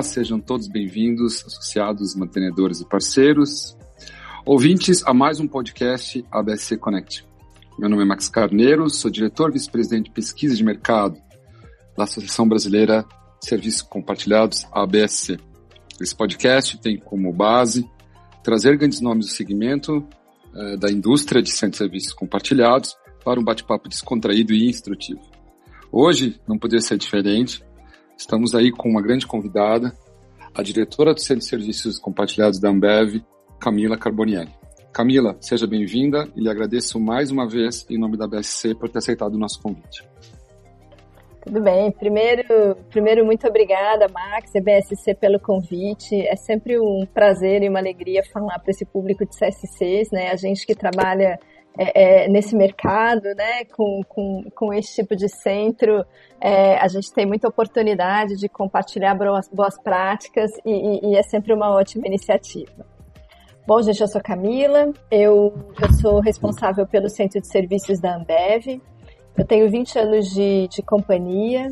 sejam todos bem-vindos, associados, mantenedores e parceiros, ouvintes a mais um podcast ABSC Connect. Meu nome é Max Carneiro, sou diretor vice-presidente de pesquisa de mercado da Associação Brasileira de Serviços Compartilhados, ABSC. Esse podcast tem como base trazer grandes nomes do segmento da indústria de centros de serviços compartilhados para um bate-papo descontraído e instrutivo. Hoje, não poderia ser diferente, estamos aí com uma grande convidada, a diretora do Centro de Serviços Compartilhados da Ambev, Camila Carbonieri. Camila, seja bem-vinda e lhe agradeço mais uma vez, em nome da ABSC, por ter aceitado o nosso convite. Tudo bem. Primeiro muito obrigada, Max e ABSC, pelo convite. É sempre um prazer e uma alegria falar para esse público de CSCs, né? A gente que trabalha nesse mercado, né? Com esse tipo de centro, a gente tem muita oportunidade de compartilhar boas práticas e é sempre uma ótima iniciativa. Bom, gente, eu sou Camila, eu sou responsável pelo Centro de Serviços da Ambev. Eu tenho 20 anos de companhia.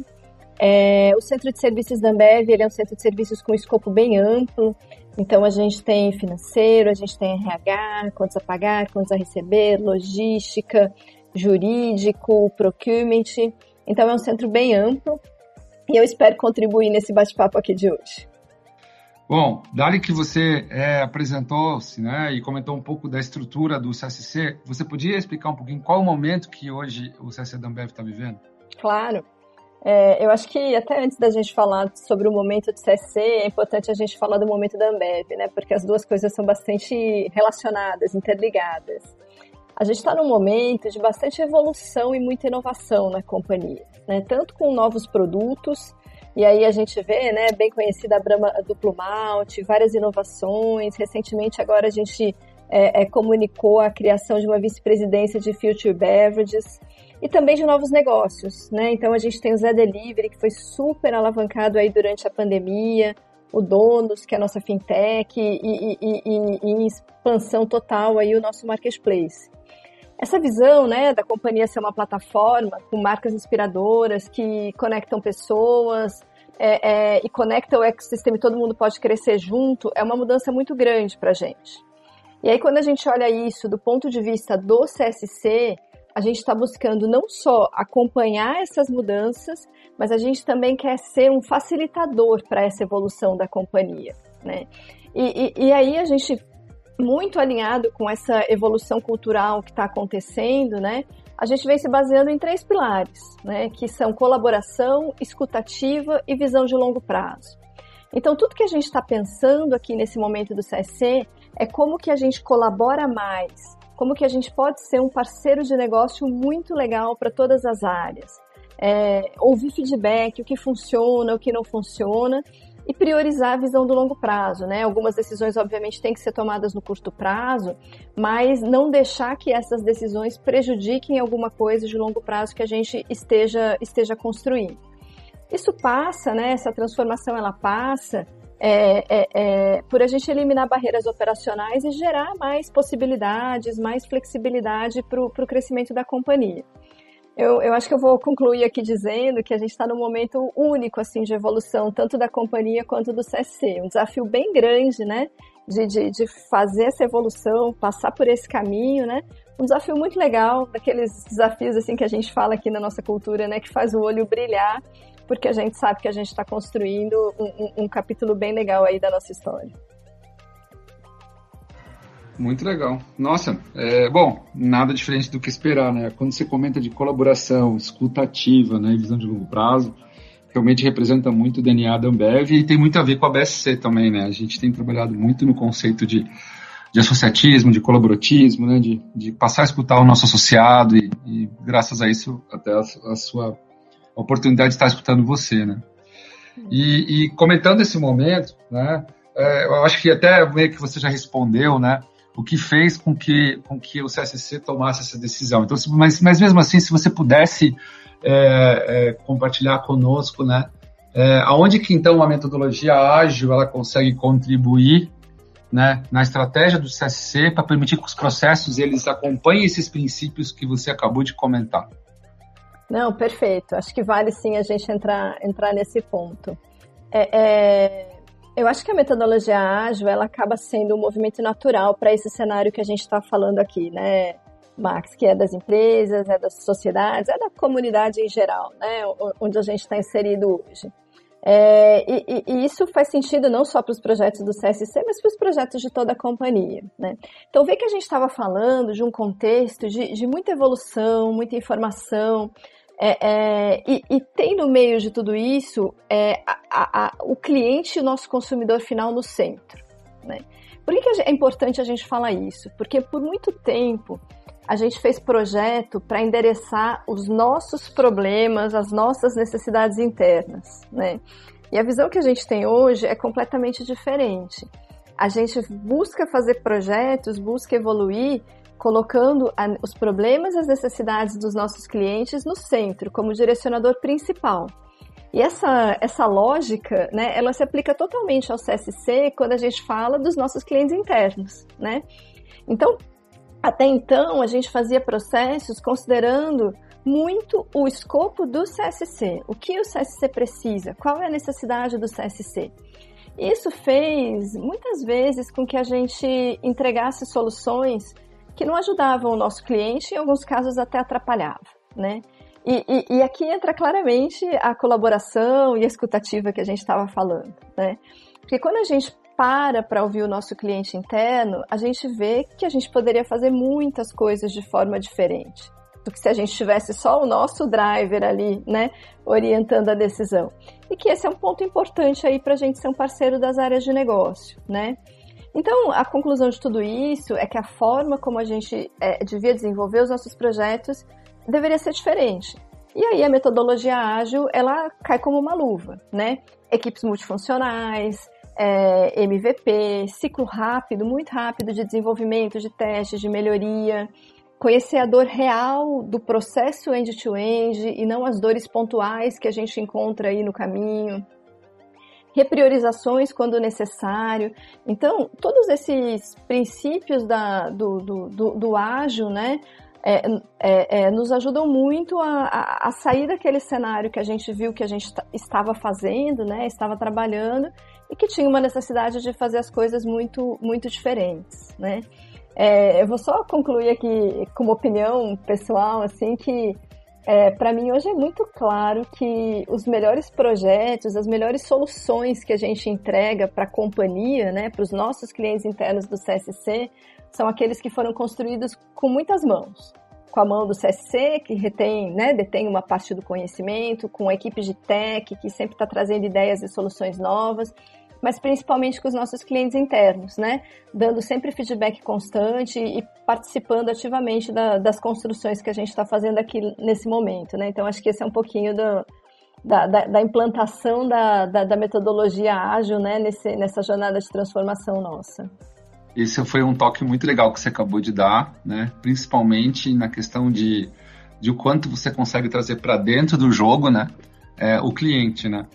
O Centro de Serviços da Ambev ele é um centro de serviços com um escopo bem amplo. Então, a gente tem financeiro, a gente tem RH, contas a pagar, contas a receber, logística, jurídico, procurement. Então, é um centro bem amplo e eu espero contribuir nesse bate-papo aqui de hoje. Bom, dado que você apresentou-se, né, e comentou um pouco da estrutura do CSC, você podia explicar um pouquinho qual o momento que hoje o CSC da Ambev está vivendo? Claro. Eu acho que até antes da gente falar sobre o momento do CSC, é importante a gente falar do momento da Ambev, né, porque as duas coisas são bastante relacionadas, interligadas. A gente está num momento de bastante evolução e muita inovação na companhia, né, tanto com novos produtos. E aí a gente vê, né, bem conhecida a Brahma Duplo Malte, várias inovações. Recentemente agora a gente comunicou a criação de uma vice-presidência de Future Beverages e também de novos negócios, né? Então a gente tem o Zé Delivery, que foi super alavancado aí durante a pandemia, o Donos, que é a nossa fintech, e em expansão total aí o nosso marketplace. Essa visão, né, da companhia ser uma plataforma com marcas inspiradoras que conectam pessoas e conectam o ecossistema e todo mundo pode crescer junto, é uma mudança muito grande para a gente. E aí, quando a gente olha isso do ponto de vista do CSC, a gente está buscando não só acompanhar essas mudanças, mas a gente também quer ser um facilitador para essa evolução da companhia, né? E aí a gente, muito alinhado com essa evolução cultural que está acontecendo, né, a gente vem se baseando em 3 pilares, né, que são colaboração, escutativa e visão de longo prazo. Então, tudo que a gente está pensando aqui nesse momento do CSC é como que a gente colabora mais, como que a gente pode ser um parceiro de negócio muito legal para todas as áreas. Ouvir feedback, o que funciona, o que não funciona, e priorizar a visão do longo prazo, né? Algumas decisões, obviamente, têm que ser tomadas no curto prazo, mas não deixar que essas decisões prejudiquem alguma coisa de longo prazo que a gente esteja construindo. Isso passa, né? Essa transformação, ela passa por a gente eliminar barreiras operacionais e gerar mais possibilidades, mais flexibilidade para o crescimento da companhia. Eu acho que eu vou concluir aqui dizendo que a gente está num momento único, assim, de evolução, tanto da companhia quanto do CSC. Um desafio bem grande, né, de fazer essa evolução, passar por esse caminho, né. Um desafio muito legal, daqueles desafios, assim, que a gente fala aqui na nossa cultura, né, que faz o olho brilhar, porque a gente sabe que a gente está construindo um capítulo bem legal aí da nossa história. Muito legal. Nossa, bom, nada diferente do que esperar, né? Quando você comenta de colaboração, escutativa, né, e visão de longo prazo, realmente representa muito o DNA da Ambev e tem muito a ver com a ABSC também, né? A gente tem trabalhado muito no conceito de associatismo, de colaboratismo, né, de passar a escutar o nosso associado e graças a isso até a sua oportunidade de estar escutando você, né? E comentando esse momento, né, eu acho que até meio que você já respondeu, né, o que fez com que o CSC tomasse essa decisão. Então, mas mesmo assim, se você pudesse compartilhar conosco, né, aonde que então a metodologia ágil ela consegue contribuir, né, na estratégia do CSC para permitir que os processos eles acompanhem esses princípios que você acabou de comentar? Não, perfeito. Acho que vale sim a gente entrar nesse ponto. Eu acho que a metodologia ágil, ela acaba sendo um movimento natural para esse cenário que a gente está falando aqui, né, Max, que é das empresas, é das sociedades, é da comunidade em geral, né, onde a gente está inserido hoje. E isso faz sentido não só para os projetos do CSC, mas para os projetos de toda a companhia, né? Então, vê que a gente estava falando de um contexto de muita evolução, muita informação, e tem no meio de tudo isso o cliente e o nosso consumidor final no centro, né? Por que é importante a gente falar isso? Porque por muito tempo a gente fez projeto para endereçar os nossos problemas, as nossas necessidades internas, né? E a visão que a gente tem hoje é completamente diferente. A gente busca fazer projetos, busca evoluir, colocando os problemas e as necessidades dos nossos clientes no centro, como direcionador principal. E essa lógica, né, ela se aplica totalmente ao CSC quando a gente fala dos nossos clientes internos, né? Então, até então, a gente fazia processos considerando muito o escopo do CSC, o que o CSC precisa, qual é a necessidade do CSC. Isso fez, muitas vezes, com que a gente entregasse soluções que não ajudavam o nosso cliente, em alguns casos até atrapalhava, né? E aqui entra claramente a colaboração e a escutativa que a gente estava falando, né? Porque quando a gente para ouvir o nosso cliente interno, a gente vê que a gente poderia fazer muitas coisas de forma diferente do que se a gente tivesse só o nosso driver ali, né, orientando a decisão. E que esse é um ponto importante aí para a gente ser um parceiro das áreas de negócio, né? Então, a conclusão de tudo isso é que a forma como a gente devia desenvolver os nossos projetos deveria ser diferente. E aí a metodologia ágil, ela cai como uma luva, né? Equipes multifuncionais, MVP, ciclo rápido, muito rápido de desenvolvimento, de testes, de melhoria, conhecer a dor real do processo end-to-end e não as dores pontuais que a gente encontra aí no caminho, repriorizações quando necessário. Então, todos esses princípios do ágil, né, nos ajudam muito a sair daquele cenário que a gente viu que a gente estava fazendo, né, estava trabalhando, e que tinha uma necessidade de fazer as coisas muito, muito diferentes, né? Eu vou só concluir aqui com uma opinião pessoal, assim, que para mim hoje é muito claro que os melhores projetos, as melhores soluções que a gente entrega para a companhia, né, para os nossos clientes internos do CSC, são aqueles que foram construídos com muitas mãos. Com a mão do CSC, que detém uma parte do conhecimento, com a equipe de tech, que sempre está trazendo ideias e soluções novas, mas principalmente com os nossos clientes internos, né? Dando sempre feedback constante e participando ativamente das construções que a gente está fazendo aqui nesse momento, né? Então, acho que esse é um pouquinho da implantação da metodologia ágil, né? Nessa jornada de transformação nossa. Esse foi um toque muito legal que você acabou de dar, né? Principalmente na questão de o quanto você consegue trazer para dentro do jogo, né? O cliente, né?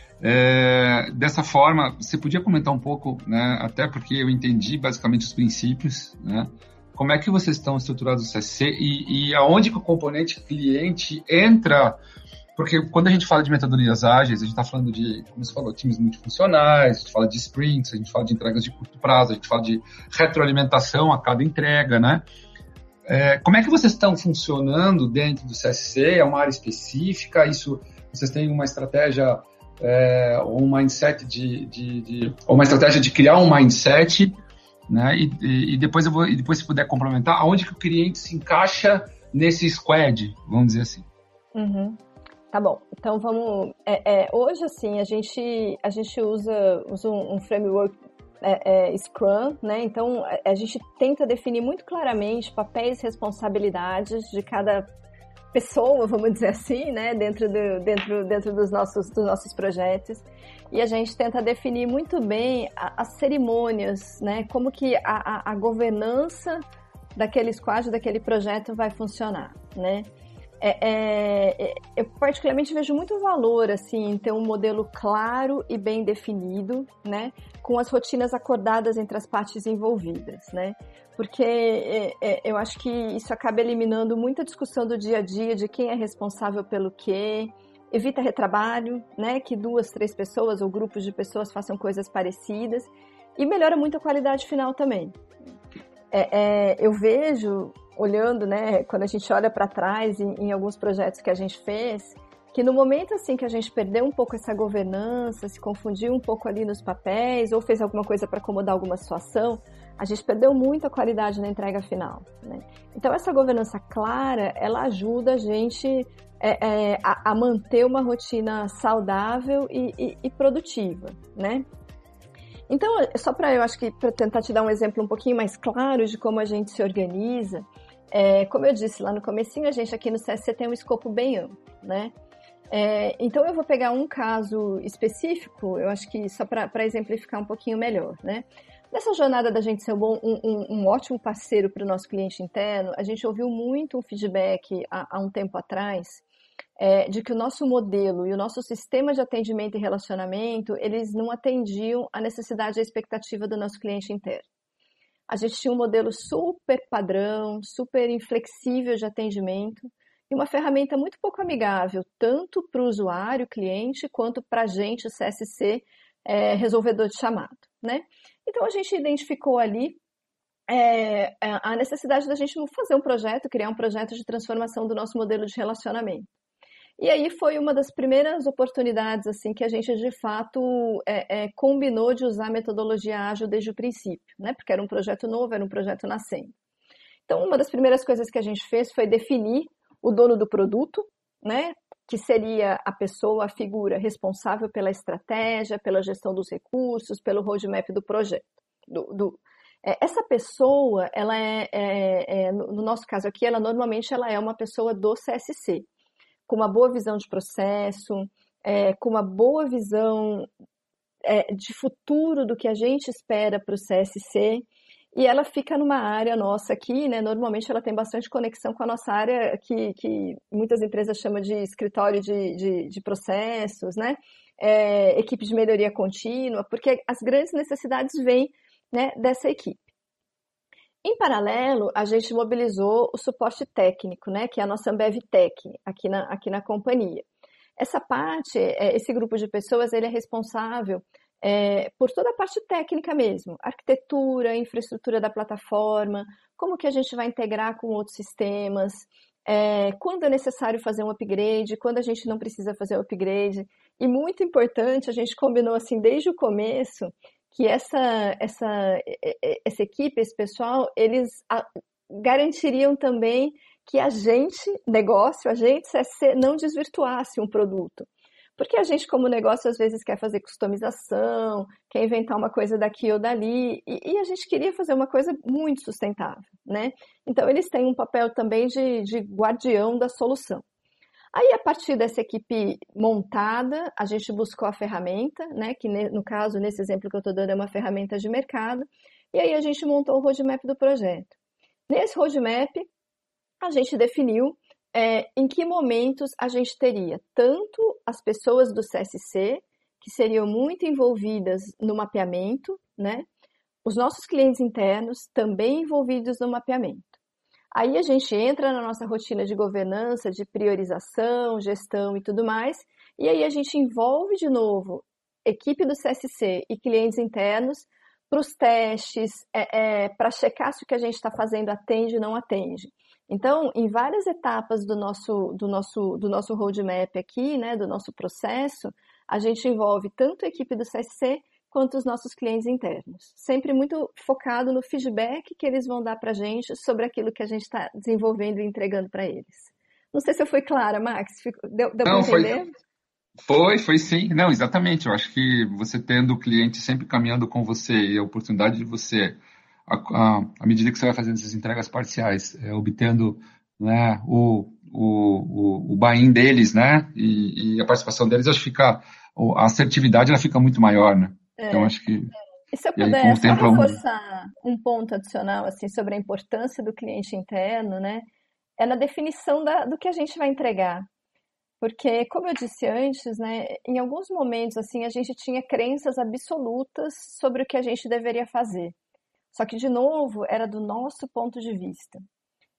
Dessa forma, você podia comentar um pouco, né? Até porque eu entendi basicamente os princípios, né? Como é que vocês estão estruturados no CSC e aonde que o componente cliente entra? Porque quando a gente fala de metodologias ágeis, a gente está falando de, como você falou, times multifuncionais, a gente fala de sprints, a gente fala de entregas de curto prazo, a gente fala de retroalimentação a cada entrega, né? Como é que vocês estão funcionando dentro do CSC? É uma área específica? Vocês têm uma estratégia ou um mindset ou uma estratégia de criar um mindset, né? E depois se puder complementar, aonde que o cliente se encaixa nesse squad, vamos dizer assim. Uhum. Tá bom, então vamos... hoje, assim, a gente usa um framework Scrum, né? Então, a gente tenta definir muito claramente papéis e responsabilidades de cada pessoa, vamos dizer assim, né? Dentro dos nossos projetos. E a gente tenta definir muito bem as cerimônias, né? Como que a governança daquele squad, daquele projeto vai funcionar, né? Eu particularmente vejo muito valor assim, em ter um modelo claro e bem definido, né, com as rotinas acordadas entre as partes envolvidas, né, porque eu acho que isso acaba eliminando muita discussão do dia a dia de quem é responsável pelo quê, evita retrabalho, né? Que 2, 3 pessoas ou grupos de pessoas façam coisas parecidas e melhora muito a qualidade final também. Eu vejo, olhando, né, quando a gente olha para trás em alguns projetos que a gente fez, que no momento assim que a gente perdeu um pouco essa governança, se confundiu um pouco ali nos papéis ou fez alguma coisa para acomodar alguma situação, a gente perdeu muito a qualidade na entrega final, né? Então essa governança clara, ela ajuda a gente a manter uma rotina saudável e produtiva, né? Então, só eu acho que para tentar te dar um exemplo um pouquinho mais claro de como a gente se organiza, como eu disse lá no comecinho, a gente aqui no CSC tem um escopo bem amplo, né? Então eu vou pegar um caso específico, eu acho que só para exemplificar um pouquinho melhor, né? Nessa jornada da gente ser um ótimo parceiro para o nosso cliente interno, a gente ouviu muito um feedback há um tempo atrás, de que o nosso modelo e o nosso sistema de atendimento e relacionamento, eles não atendiam a necessidade e a expectativa do nosso cliente interno. A gente tinha um modelo super padrão, super inflexível de atendimento e uma ferramenta muito pouco amigável, tanto para o usuário, cliente, quanto para a gente, o CSC, resolvedor de chamado, né? Então, a gente identificou ali a necessidade da gente fazer um projeto, criar um projeto de transformação do nosso modelo de relacionamento. E aí foi uma das primeiras oportunidades assim que a gente, de fato, combinou de usar a metodologia ágil desde o princípio, né? Porque era um projeto novo, era um projeto nascendo. Então, uma das primeiras coisas que a gente fez foi definir o dono do produto, né? Que seria a pessoa, a figura responsável pela estratégia, pela gestão dos recursos, pelo roadmap do projeto. Essa pessoa, ela no nosso caso aqui, normalmente ela é uma pessoa do CSC, com uma boa visão de processo, com uma boa visão de futuro do que a gente espera para o CSC, e ela fica numa área nossa aqui, né? Normalmente ela tem bastante conexão com a nossa área que muitas empresas chamam de escritório de processos, né? Equipe de melhoria contínua, porque as grandes necessidades vêm, né, dessa equipe. Em paralelo, a gente mobilizou o suporte técnico, né, que é a nossa Ambev Tech, aqui na companhia. Essa parte, esse grupo de pessoas, ele é responsável por toda a parte técnica mesmo, arquitetura, infraestrutura da plataforma, como que a gente vai integrar com outros sistemas, quando é necessário fazer um upgrade, quando a gente não precisa fazer um upgrade. E muito importante, a gente combinou assim desde o começo, que essa equipe, esse pessoal, eles garantiriam também que a gente, negócio, a gente, CSC, não desvirtuasse um produto. Porque a gente, como negócio, às vezes quer fazer customização, quer inventar uma coisa daqui ou dali, e a gente queria fazer uma coisa muito sustentável, né? Então, eles têm um papel também de guardião da solução. Aí, a partir dessa equipe montada, a gente buscou a ferramenta, né, que no caso, nesse exemplo que eu estou dando, é uma ferramenta de mercado, e aí a gente montou o roadmap do projeto. Nesse roadmap, a gente definiu em que momentos a gente teria tanto as pessoas do CSC, que seriam muito envolvidas no mapeamento, né, os nossos clientes internos também envolvidos no mapeamento. Aí a gente entra na nossa rotina de governança, de priorização, gestão e tudo mais, e aí a gente envolve de novo equipe do CSC e clientes internos para os testes, para checar se o que a gente está fazendo atende ou não atende. Então, em várias etapas do nosso roadmap aqui, né, do nosso processo, a gente envolve tanto a equipe do CSC quanto os nossos clientes internos. Sempre muito focado no feedback que eles vão dar para a gente sobre aquilo que a gente está desenvolvendo e entregando para eles. Não sei se eu fui clara, Max. Deu para entender? Foi sim. Não, exatamente. Eu acho que você tendo o cliente sempre caminhando com você e a oportunidade de você, à medida que você vai fazendo essas entregas parciais, obtendo, né, o buy-in deles, né, e a participação deles, acho que a assertividade ela fica muito maior, né? Então, acho que... E se eu puder só reforçar um ponto adicional assim, sobre a importância do cliente interno, né, é na definição do que a gente vai entregar. Porque, como eu disse antes, né, em alguns momentos assim, a gente tinha crenças absolutas sobre o que a gente deveria fazer. Só que, de novo, era do nosso ponto de vista.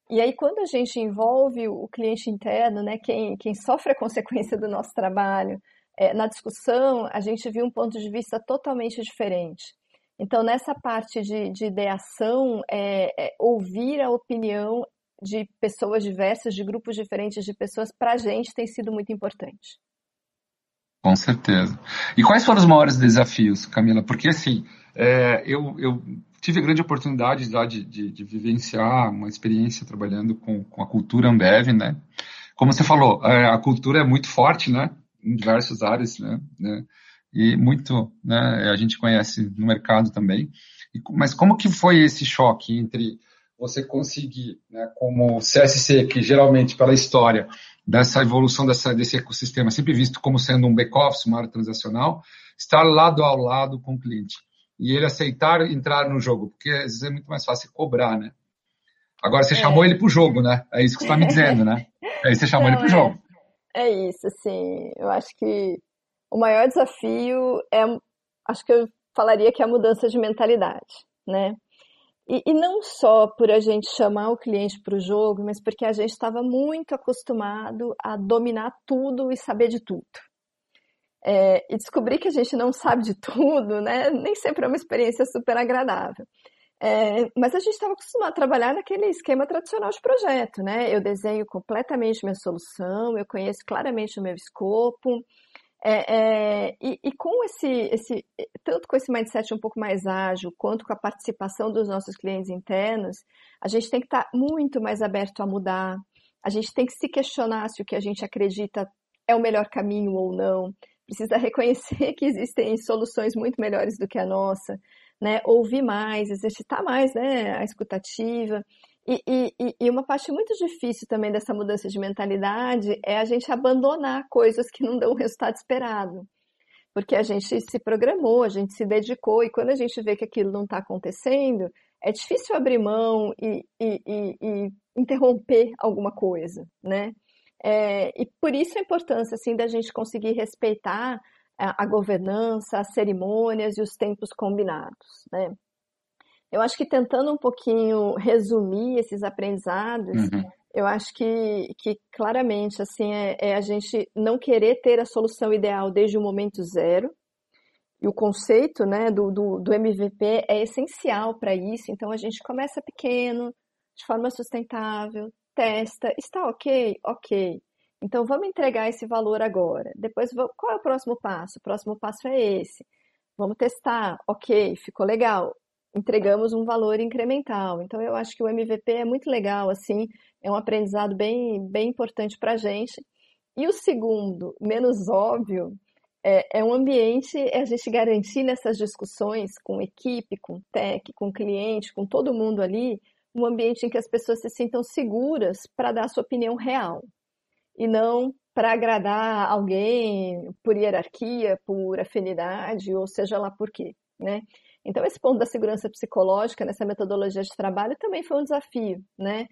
E aí, quando a gente envolve o cliente interno, né, quem sofre a consequência do nosso trabalho, na discussão, a gente viu um ponto de vista totalmente diferente. Então, nessa parte de ideação, ouvir a opinião de pessoas diversas, de grupos diferentes de pessoas, para a gente tem sido muito importante. Com certeza. E quais foram os maiores desafios, Camila? Porque, assim, eu tive a grande oportunidade já de vivenciar uma experiência trabalhando com a cultura Ambev, né? Como você falou, a cultura é muito forte, né? Em diversas áreas, né? E muito, né? A gente conhece no mercado também. Mas como que foi esse choque entre você conseguir, né, como CSC, que geralmente, pela história dessa evolução desse ecossistema, sempre visto como sendo um back-office, uma área transacional, estar lado a lado com o cliente. E ele aceitar entrar no jogo, porque às vezes é muito mais fácil cobrar, né? Agora, você chamou ele pro jogo, né? É isso que você está me dizendo, né? Aí você chamou ele pro jogo. É isso, assim, eu acho que o maior desafio acho que eu falaria que é a mudança de mentalidade, né? E não só por a gente chamar o cliente para o jogo, mas porque a gente estava muito acostumado a dominar tudo e saber de tudo. E descobrir que a gente não sabe de tudo, né? Nem sempre é uma experiência super agradável. Mas a gente estava acostumado a trabalhar naquele esquema tradicional de projeto, né? Eu desenho completamente minha solução, eu conheço claramente o meu escopo, e com tanto com esse mindset um pouco mais ágil, quanto com a participação dos nossos clientes internos, a gente tem que estar muito mais aberto a mudar, a gente tem que se questionar se o que a gente acredita é o melhor caminho ou não, precisa reconhecer que existem soluções muito melhores do que a nossa, né? Ouvir mais, exercitar mais, né, a escutativa. E uma parte muito difícil também dessa mudança de mentalidade é a gente abandonar coisas que não dão o resultado esperado. Porque a gente se programou, a gente se dedicou, e quando a gente vê que aquilo não está acontecendo, é difícil abrir mão e interromper alguma coisa, né? E por isso a importância, assim, da gente conseguir respeitar a governança, as cerimônias e os tempos combinados, né? Eu acho que tentando um pouquinho resumir esses aprendizados, eu acho que claramente assim, a gente não querer ter a solução ideal desde o momento zero. E o conceito, né, do MVP é essencial para isso. Então a gente começa pequeno, de forma sustentável, testa, está ok? Ok. Então vamos entregar esse valor agora. Depois, qual é o próximo passo? O próximo passo é esse. Vamos testar, ok, ficou legal. Entregamos um valor incremental. Então, eu acho que o MVP é muito legal, assim, é um aprendizado bem, bem importante para a gente. E o segundo, menos óbvio, é um ambiente, é a gente garantir nessas discussões com equipe, com tech, com cliente, com todo mundo ali, um ambiente em que as pessoas se sintam seguras para dar a sua opinião real. E não para agradar alguém por hierarquia, por afinidade, ou seja lá por quê, né? Então, esse ponto da segurança psicológica nessa metodologia de trabalho também foi um desafio, né?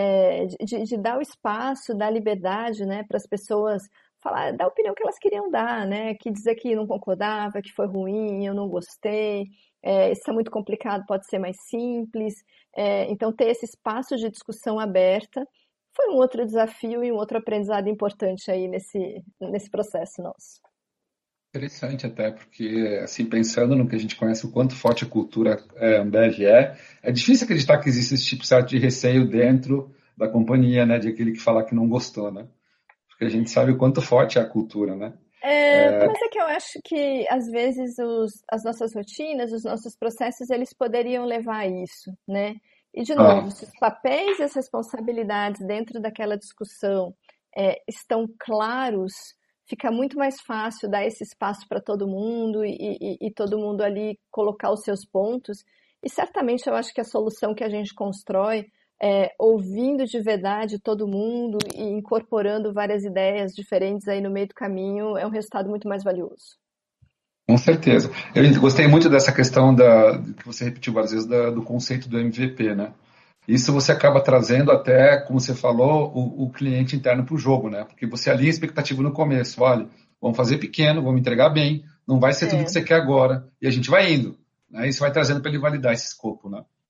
De dar o espaço, dar liberdade, né, para as pessoas falar, dar a opinião que elas queriam dar, né? Que dizer que não concordava, que foi ruim, eu não gostei, isso é muito complicado, pode ser mais simples. Então, ter esse espaço de discussão aberta foi um outro desafio e um outro aprendizado importante aí nesse processo nosso. Interessante até, porque assim, pensando no que a gente conhece, o quanto forte a cultura Ambev é difícil acreditar que existe esse tipo de receio dentro da companhia, né, de aquele que fala que não gostou, né? Porque a gente sabe o quanto forte é a cultura, né? Mas é que eu acho que, às vezes, as nossas rotinas, os nossos processos, eles poderiam levar a isso, né? E, de novo, se os papéis e as responsabilidades dentro daquela discussão estão claros, fica muito mais fácil dar esse espaço para todo mundo e todo mundo ali colocar os seus pontos. E certamente eu acho que a solução que a gente constrói, ouvindo de verdade todo mundo e incorporando várias ideias diferentes aí no meio do caminho, é um resultado muito mais valioso. Com certeza. Eu gostei muito dessa questão que você repetiu várias vezes do conceito do MVP, né? Isso você acaba trazendo até, como você falou, o cliente interno para o jogo, né? Porque você alinha a expectativa no começo. Olha, vamos fazer pequeno, vamos entregar bem, não vai ser tudo que você quer agora. E a gente vai indo. Né? Isso vai trazendo para ele validar esse escopo, né?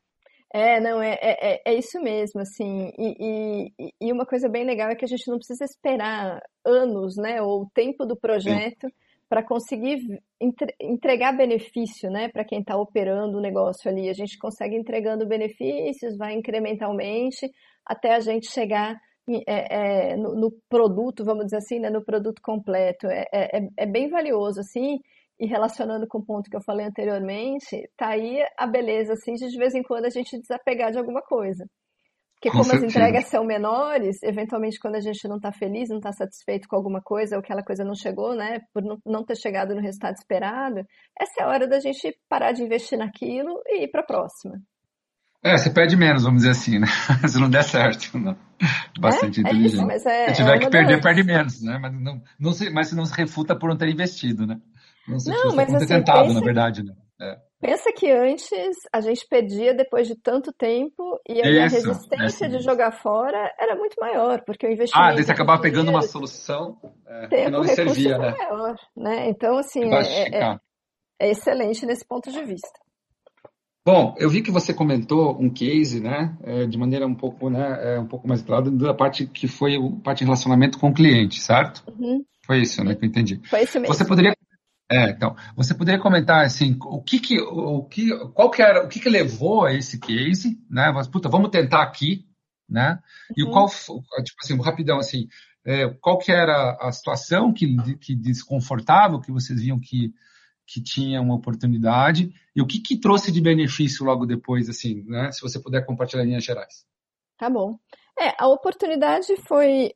Não, é isso mesmo, assim, e uma coisa bem legal é que a gente não precisa esperar anos, né, ou o tempo do projeto para conseguir entregar benefício, né, para quem está operando o negócio ali. A gente consegue entregando benefícios, vai incrementalmente, até a gente chegar no produto, vamos dizer assim, né, no produto completo. É bem valioso, assim. E relacionando com o ponto que eu falei anteriormente, tá aí a beleza, assim, de vez em quando a gente desapegar de alguma coisa. Porque Com como as certeza. entregas são menores, eventualmente quando a gente não está feliz, não está satisfeito com alguma coisa, ou aquela coisa não chegou, né, por não ter chegado no resultado esperado, essa é a hora da gente parar de investir naquilo e ir para a próxima. Você perde menos, vamos dizer assim, né? Se não der certo, não. Bastante É isso, inteligente. mas Se é tiver que uma perder, das... perde menos, né? Mas não se refuta por não ter investido, né? Não se Não, frustra por mas não ter assim, tentado, na verdade, né? pensa que antes a gente perdia depois de tanto tempo e aí a Isso, é resistência assim de mesmo. jogar fora era muito maior, porque o Daí você investimento de acabava pegando uma dinheiro, solução que não tempo, lhe recurso servia, foi né? maior, né? Então, assim, Para justificar. é excelente nesse ponto de vista. Bom, eu vi que você comentou um case, né, de maneira um pouco, né, um pouco mais clara da parte que foi a parte de relacionamento com o cliente, certo? Uhum, Foi isso, né, que eu entendi. foi isso Você mesmo. poderia, então, você poderia comentar assim, qual que era, o que levou a esse case, né? Mas, puta, vamos tentar aqui, né? E Uhum. tipo assim, rapidão assim, qual que era a situação que desconfortável que vocês viam que tinha uma oportunidade e o que trouxe de benefício logo depois, assim, né? Se você puder compartilhar em linhas gerais. Tá bom. A oportunidade foi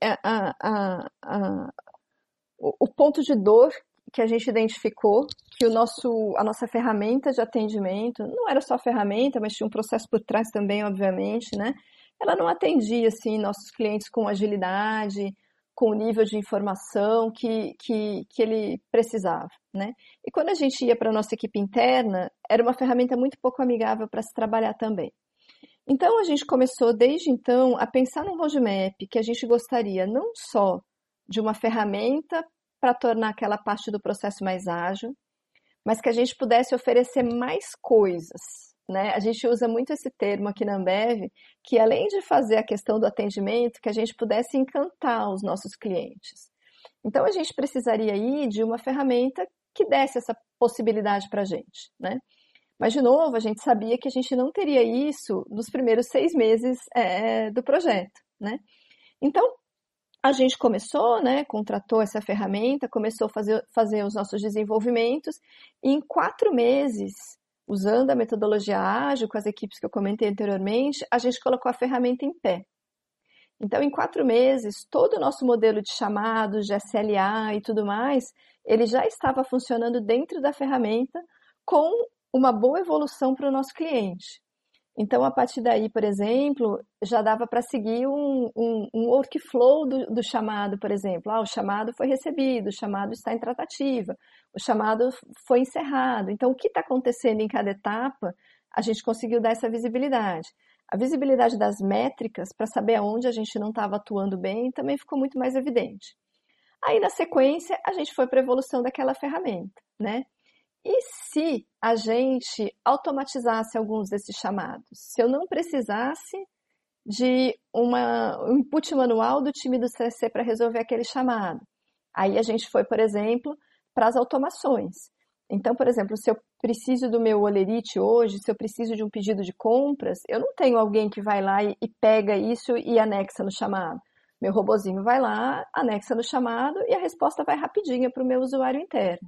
o ponto de dor que a gente identificou, que a nossa ferramenta de atendimento, não era só a ferramenta, mas tinha um processo por trás também, obviamente, né? Ela não atendia, assim, nossos clientes com agilidade, com o nível de informação que ele precisava, né? E quando a gente ia para a nossa equipe interna, era uma ferramenta muito pouco amigável para se trabalhar também. Então, a gente começou, desde então, a pensar num roadmap que a gente gostaria não só de uma ferramenta para tornar aquela parte do processo mais ágil, mas que a gente pudesse oferecer mais coisas, né? A gente usa muito esse termo aqui na Ambev, que além de fazer a questão do atendimento, que a gente pudesse encantar os nossos clientes. Então, a gente precisaria aí de uma ferramenta que desse essa possibilidade para a gente, né? Mas, de novo, a gente sabia que a gente não teria isso nos primeiros 6 meses do projeto, né? Então, a gente começou, né, contratou essa ferramenta, começou a fazer os nossos desenvolvimentos, e em 4 meses, usando a metodologia ágil com as equipes que eu comentei anteriormente, a gente colocou a ferramenta em pé. Então, em 4 meses, todo o nosso modelo de chamados, de SLA e tudo mais, ele já estava funcionando dentro da ferramenta com uma boa evolução para o nosso cliente. Então, a partir daí, por exemplo, já dava para seguir um workflow do chamado, por exemplo. O chamado foi recebido, o chamado está em tratativa, o chamado foi encerrado. Então, o que está acontecendo em cada etapa, a gente conseguiu dar essa visibilidade. A visibilidade das métricas, para saber aonde a gente não estava atuando bem, também ficou muito mais evidente. Aí, na sequência, a gente foi para a evolução daquela ferramenta, né? E se a gente automatizasse alguns desses chamados? Se eu não precisasse de um input manual do time do CSC para resolver aquele chamado? Aí a gente foi, por exemplo, para as automações. Então, por exemplo, se eu preciso do meu Olerite hoje, se eu preciso de um pedido de compras, eu não tenho alguém que vai lá e pega isso e anexa no chamado. Meu robozinho vai lá, anexa no chamado e a resposta vai rapidinha para o meu usuário interno.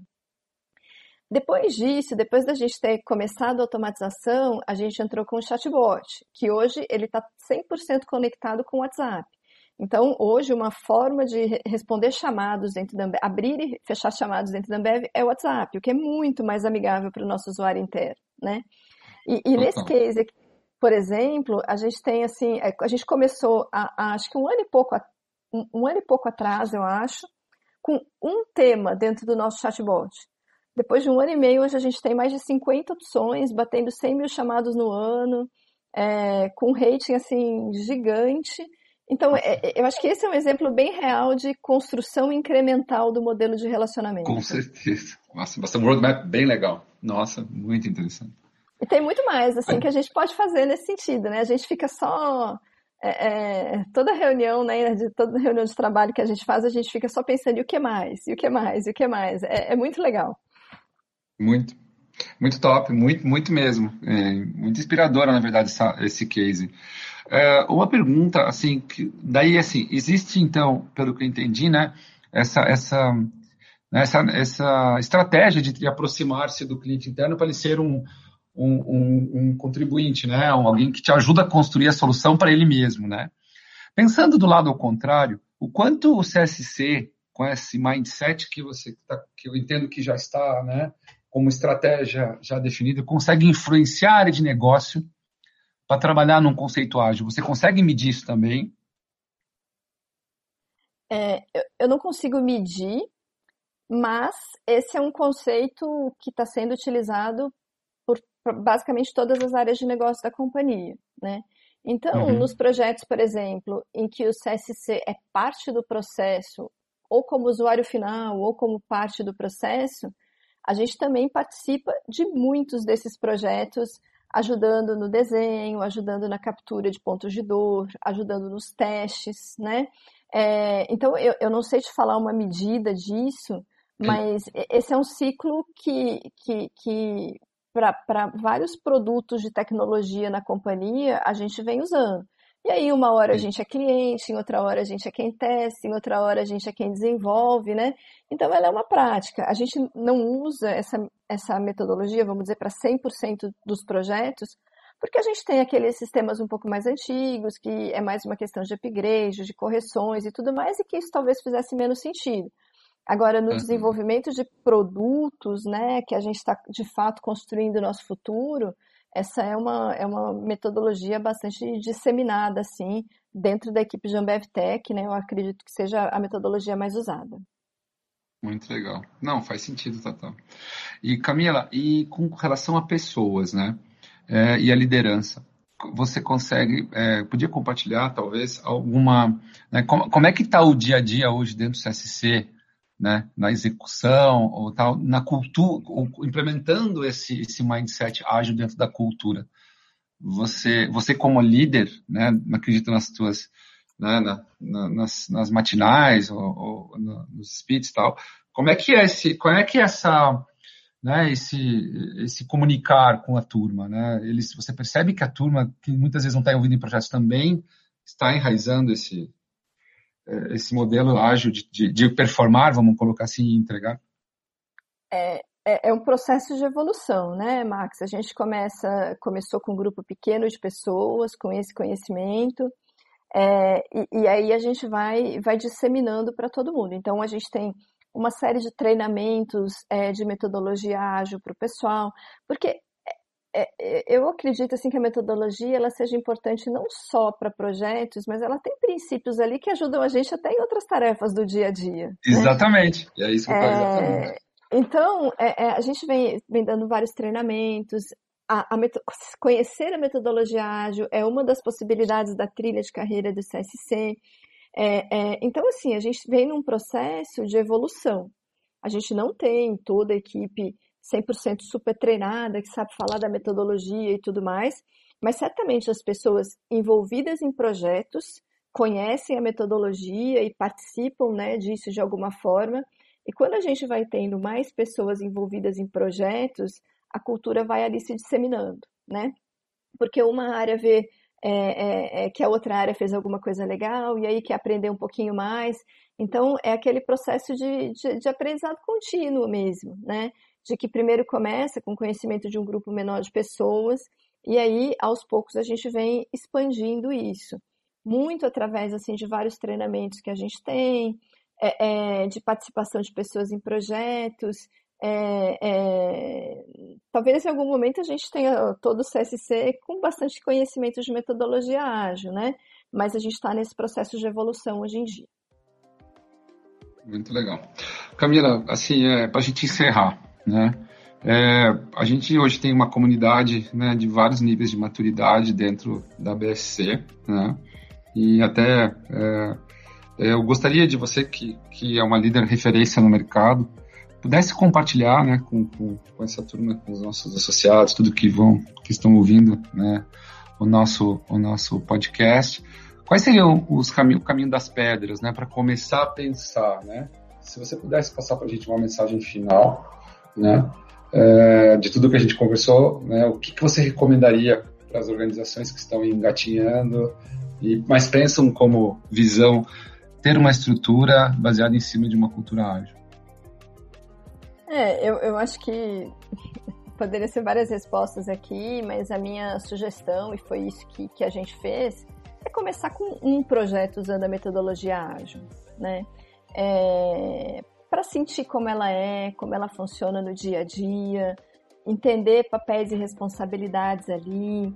Depois disso, depois da gente ter começado a automatização, a gente entrou com o chatbot, que hoje ele está 100% conectado com o WhatsApp. Então, hoje, uma forma de responder chamados dentro da Ambev, abrir e fechar chamados dentro da Ambev é o WhatsApp, o que é muito mais amigável para o nosso usuário interno, né? E nesse case aqui, por exemplo, a gente tem assim, a gente começou acho que um ano e pouco atrás, eu acho, com um tema dentro do nosso chatbot. Depois de 1 ano e meio, hoje a gente tem mais de 50 opções, batendo 100 mil chamados no ano, com um rating assim, gigante. Então, eu acho que esse é um exemplo bem real de construção incremental do modelo de relacionamento. Com certeza. Nossa, um roadmap bem legal. Nossa, muito interessante. E tem muito mais, assim, que a gente pode fazer nesse sentido, né? A gente fica só... toda reunião, né, toda reunião de trabalho que a gente faz, a gente fica só pensando, e o que mais? E o que mais? E o que mais? É muito legal. Muito, muito top, muito mesmo. Muito inspiradora, na verdade, esse case. Uma pergunta, assim, daí, assim, existe, então, pelo que eu entendi, né, essa estratégia de aproximar-se do cliente interno para ele ser um contribuinte, né, alguém que te ajuda a construir a solução para ele mesmo, né? Pensando do lado ao contrário, o quanto o CSC, com esse mindset que eu entendo que já está, né, como estratégia já definida, consegue influenciar a área de negócio para trabalhar num conceito ágil? Você consegue medir isso também? Eu não consigo medir, mas esse é um conceito que está sendo utilizado por basicamente todas as áreas de negócio da companhia, né? Então, nos projetos, por exemplo, em que o CSC é parte do processo, ou como usuário final, ou como parte do processo, a gente também participa de muitos desses projetos, ajudando no desenho, ajudando na captura de pontos de dor, ajudando nos testes, né? Então, eu não sei te falar uma medida disso, mas esse é um ciclo que para vários produtos de tecnologia na companhia, a gente vem usando. E aí, uma hora a gente é cliente, em outra hora a gente é quem testa, em outra hora a gente é quem desenvolve, né? Então, ela é uma prática. A gente não usa essa metodologia, vamos dizer, para 100% dos projetos, porque a gente tem aqueles sistemas um pouco mais antigos, que é mais uma questão de upgrade, de correções e tudo mais, e que isso talvez fizesse menos sentido. Agora, no desenvolvimento de produtos, né, que a gente está, de fato, construindo o nosso futuro, essa é uma metodologia bastante disseminada, assim, dentro da equipe de Ambev Tech, né, eu acredito que seja a metodologia mais usada. Muito legal. Não, faz sentido, Tatá. E, Camila, e com relação a pessoas, né, e a liderança, você consegue, podia compartilhar, talvez, alguma... Né, como é que está o dia a dia hoje dentro do CSC, né, na execução, ou tal, na cultura, implementando esse mindset ágil dentro da cultura? Você como líder, né, não acredito nas tuas, né, nas matinais ou nos spits e tal, como é que essa, né, esse comunicar com a turma, né? Você percebe que a turma, que muitas vezes não está envolvida em projetos, também está enraizando esse modelo ágil de performar, vamos colocar assim, e entregar? É um processo de evolução, né, Max? A gente começou com um grupo pequeno de pessoas, com esse conhecimento, e aí a gente vai disseminando para todo mundo. Então, a gente tem uma série de treinamentos de metodologia ágil para o pessoal, porque eu acredito assim, que a metodologia ela seja importante não só para projetos, mas ela tem princípios ali que ajudam a gente até em outras tarefas do dia a dia. Exatamente, né? É isso que eu falo, exatamente. Então, a gente vem dando vários treinamentos. Conhecer a metodologia ágil é uma das possibilidades da trilha de carreira do CSC. Então, assim, a gente vem num processo de evolução. A gente não tem toda a equipe 100% super treinada, que sabe falar da metodologia e tudo mais, mas certamente as pessoas envolvidas em projetos conhecem a metodologia e participam, né, disso de alguma forma. E quando a gente vai tendo mais pessoas envolvidas em projetos, a cultura vai ali se disseminando, né? Porque uma área vê que a outra área fez alguma coisa legal e aí quer aprender um pouquinho mais. Então, é aquele processo de aprendizado contínuo mesmo, né? De que primeiro começa com conhecimento de um grupo menor de pessoas e aí, aos poucos, a gente vem expandindo isso. Muito através, assim, de vários treinamentos que a gente tem, de participação de pessoas em projetos. Talvez em algum momento a gente tenha todo o CSC com bastante conhecimento de metodologia ágil, né? Mas a gente está nesse processo de evolução hoje em dia. Muito legal. Camila, assim, para a gente encerrar, né? A gente hoje tem uma comunidade, né, de vários níveis de maturidade dentro da BSC, né? E até eu gostaria de você, que é uma líder referência no mercado, pudesse compartilhar, né, com essa turma, com os nossos associados, tudo que estão ouvindo, né, o nosso podcast. Quais seriam o caminho das pedras, né, para começar a pensar, né? Se você pudesse passar para a gente uma mensagem final, né, de tudo que a gente conversou, né, o que você recomendaria para as organizações que estão engatinhando, mas pensam como visão ter uma estrutura baseada em cima de uma cultura ágil? Eu acho que poderia ser várias respostas aqui, mas a minha sugestão, e foi isso que a gente fez, é começar com um projeto usando a metodologia ágil, né? Para sentir como ela funciona no dia a dia, entender papéis e responsabilidades ali,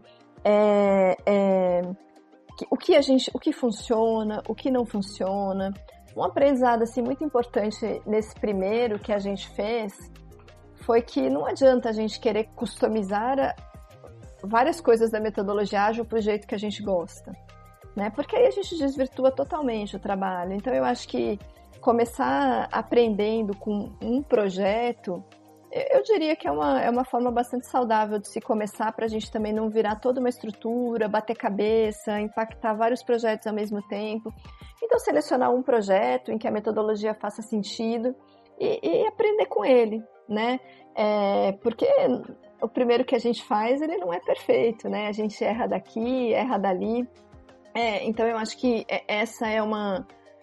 o que funciona, o que não funciona. Um aprendizado assim, muito importante nesse primeiro que a gente fez foi que não adianta a gente querer customizar várias coisas da metodologia ágil para o jeito que a gente gosta, né? Porque aí a gente desvirtua totalmente o trabalho. Então eu acho que começar aprendendo com um projeto, eu diria que é uma forma bastante saudável de se começar, para a gente também não virar toda uma estrutura, bater cabeça, impactar vários projetos ao mesmo tempo. Então, selecionar um projeto em que a metodologia faça sentido e aprender com ele, né? Porque o primeiro que a gente faz, ele não é perfeito, né? A gente erra daqui, erra dali. Então, eu acho que essa é uma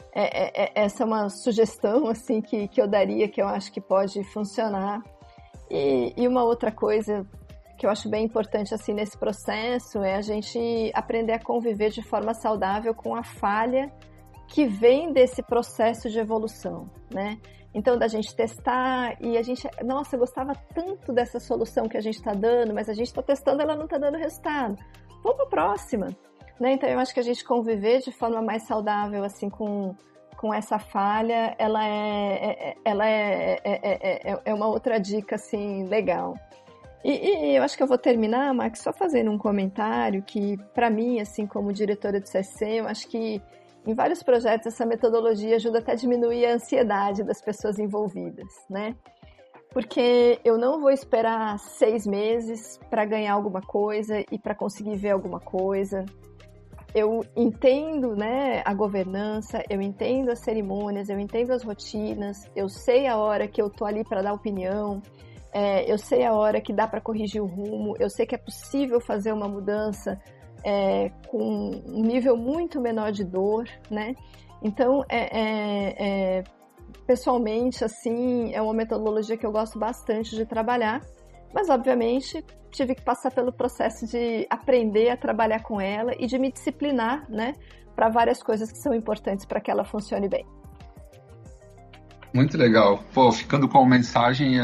sugestão assim, que eu daria, que eu acho que pode funcionar. E uma outra coisa que eu acho bem importante assim, nesse processo é a gente aprender a conviver de forma saudável com a falha que vem desse processo de evolução, né? Então, da gente testar e a gente... Nossa, eu gostava tanto dessa solução que a gente está dando, mas a gente está testando, ela não está dando resultado. Vamos para a próxima, né? Então, eu acho que a gente conviver de forma mais saudável, assim, com essa falha, ela é uma outra dica, assim, legal. E eu acho que eu vou terminar, Max, só fazendo um comentário que, para mim, assim, como diretora do CC, eu acho que em vários projetos essa metodologia ajuda até a diminuir a ansiedade das pessoas envolvidas, né? Porque eu não vou esperar 6 meses para ganhar alguma coisa e para conseguir ver alguma coisa. Eu entendo, né, a governança, eu entendo as cerimônias, eu entendo as rotinas, eu sei a hora que eu tô ali para dar opinião, eu sei a hora que dá para corrigir o rumo, eu sei que é possível fazer uma mudança com um nível muito menor de dor, né? Então, pessoalmente, assim, é uma metodologia que eu gosto bastante de trabalhar, mas, obviamente, tive que passar pelo processo de aprender a trabalhar com ela e de me disciplinar, né, para várias coisas que são importantes para que ela funcione bem. Muito legal. Pô, ficando com a mensagem,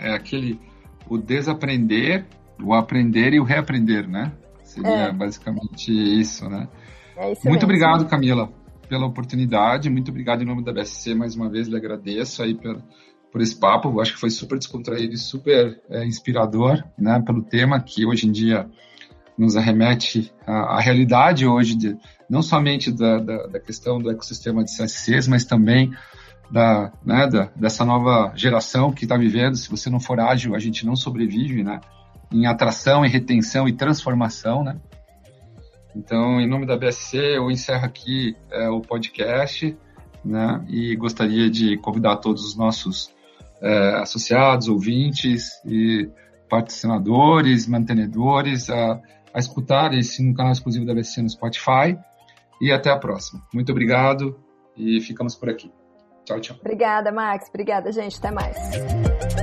o desaprender, o aprender e o reaprender, né? Seria basicamente isso, né? Isso muito mesmo. Obrigado, Camila, pela oportunidade. Muito obrigado em nome da BSC. Mais uma vez, lhe agradeço aí por esse papo. Eu acho que foi super descontraído e super inspirador, né? Pelo tema que hoje em dia nos arremete à realidade hoje, não somente da questão do ecossistema de CSCs, mas também dessa nova geração que está vivendo. Se você não for ágil, a gente não sobrevive, né? Em atração, em retenção e transformação, né? Então, em nome da BSC, eu encerro aqui o podcast, né? E gostaria de convidar todos os nossos associados, ouvintes e patrocinadores, mantenedores a escutar esse no canal exclusivo da BSC no Spotify. E até a próxima. Muito obrigado e ficamos por aqui. Tchau, tchau. Obrigada, Max. Obrigada, gente. Até mais.